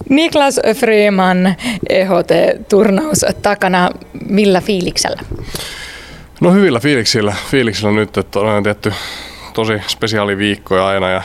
Niklas Freeman, EHT-turnaus takana. Millä fiiliksellä? No hyvillä fiiliksillä nyt, että on tietty tosi spesiaali viikkoja aina ja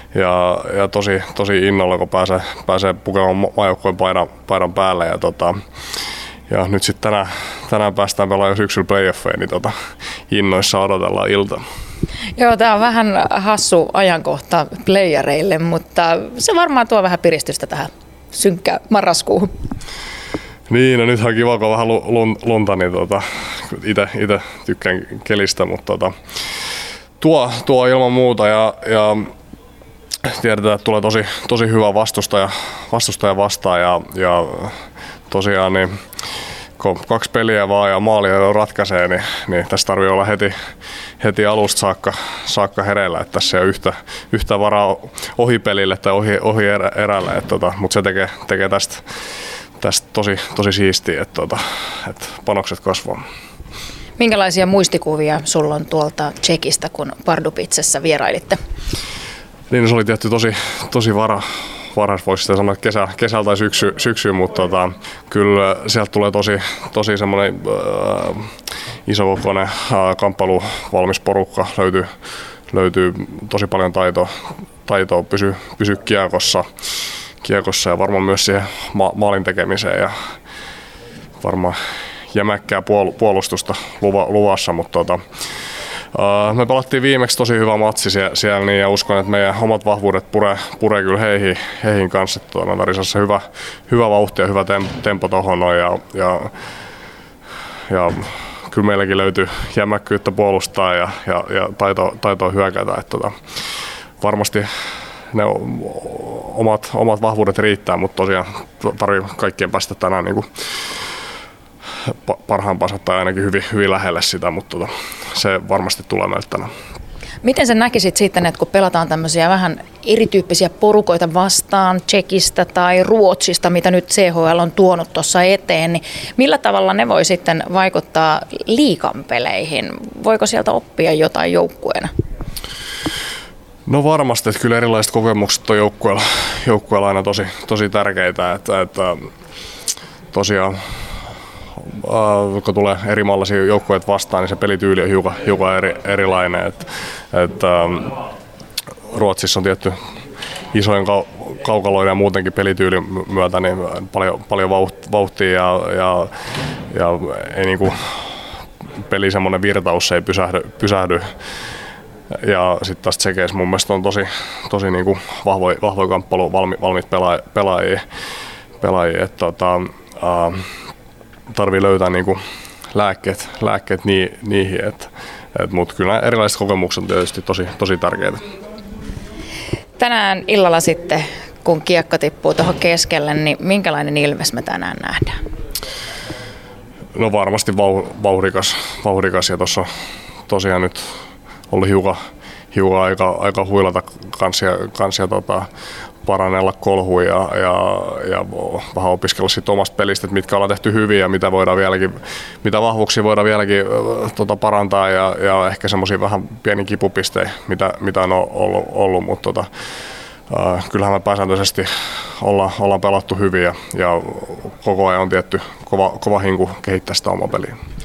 tosi innolla, kun pääsee pukemaan maajoukkueen paidan päälle. Ja nyt sitten tänään päästään pelaamaan jo syksyllä playoffeja, niin innoissa odotellaan iltaa. Joo, tämä on vähän hassu ajankohta playereille, mutta se varmaan tuo vähän piristystä tähän synkkään marraskuuhun. Niin, no nythän on kiva, kun on vähän lunta, niin itse tykkään kelistä, mutta tuo ilman muuta ja tiedetään, että tulee tosi hyvä vastustaja vastaan ja tosiaan niin kun 2 peliä vaan ja maali ratkaisee, niin tässä tarvii olla heti alusta saakka hereillä, että tässä ei ole yhtä varaa ohipelille tai ohi erälle, mutta se tekee tästä tosi siistiä, että panokset kasvaa. Minkälaisia muistikuvia sulla on tuolta Tšekistä, kun Pardubicessa vierailitte? Niin, se oli tietty tosi varas, voisi sitä sanoa, kesällä tai syksyyn, mutta kyllä sieltä tulee tosi semmoinen isokokoinen kamppailu valmis porukka. Löytyy tosi paljon taitoa pysyä kiekossa ja varmaan myös siihen maalin tekemiseen ja varmaan jämäkkää puolustusta luvassa, mutta me pelattiin viimeksi tosi hyvä matsi siellä niin, ja uskon, että meidän omat vahvuudet puree kyllä heihin kanssa. Tarisassa hyvä vauhti ja hyvä tempo tuohon ja kyllä meilläkin löytyy jämäkkyyttä puolustaa ja taitoa hyökätä. Varmasti ne omat vahvuudet riittää, mutta tosiaan tarvii kaikkien päästä tänään niin parhaampaansa tai ainakin hyvin lähelle sitä, mutta se varmasti tulee meiltä tänään. Miten sä näkisit sitten, että kun pelataan tämmöisiä vähän erityyppisiä porukoita vastaan Tšekistä tai Ruotsista, mitä nyt CHL on tuonut tuossa eteen, niin millä tavalla ne voi sitten vaikuttaa liigan peleihin? Voiko sieltä oppia jotain joukkueena? No varmasti, että kyllä erilaiset kokemukset on joukkueella aina tosi tärkeitä, että tosiaan kun tulee eri mallisia joukkueita vastaan, niin se pelityyli on hiukan erilainen. Ruotsissa on tietty isojen kaukaloiden ja muutenkin pelityylin myötä niin paljon vauhtia ja ei niinku peli semmoinen virtaus ei pysähdy. Ja sitten taas Tšekeissä mun mielestä on tosi niinku vahvoja kamppailu valmiit pelaajia. Tarvii löytää niinku lääkkeet niihin, mutta kyllä erilaiset kokemukset on tietysti tosi tärkeitä. Tänään illalla sitten, kun kiekko tippuu tuohon keskelle, niin minkälainen Ilves me tänään nähdään? No varmasti vauhdikas ja tuossa tosiaan nyt ollut hiukan aika huilata kansia parannella kolhuun ja vähän opiskella siitä omasta pelistä, että mitkä ollaan tehty hyvin ja mitä vahvuuksia voidaan vieläkin parantaa ja ehkä semmoisia vähän pieni kipupisteitä, mitä on ollut, mutta kyllähän me pääsääntöisesti ollaan pelattu hyvin ja koko ajan on tietty kova hinku kehittää sitä omaa peliä.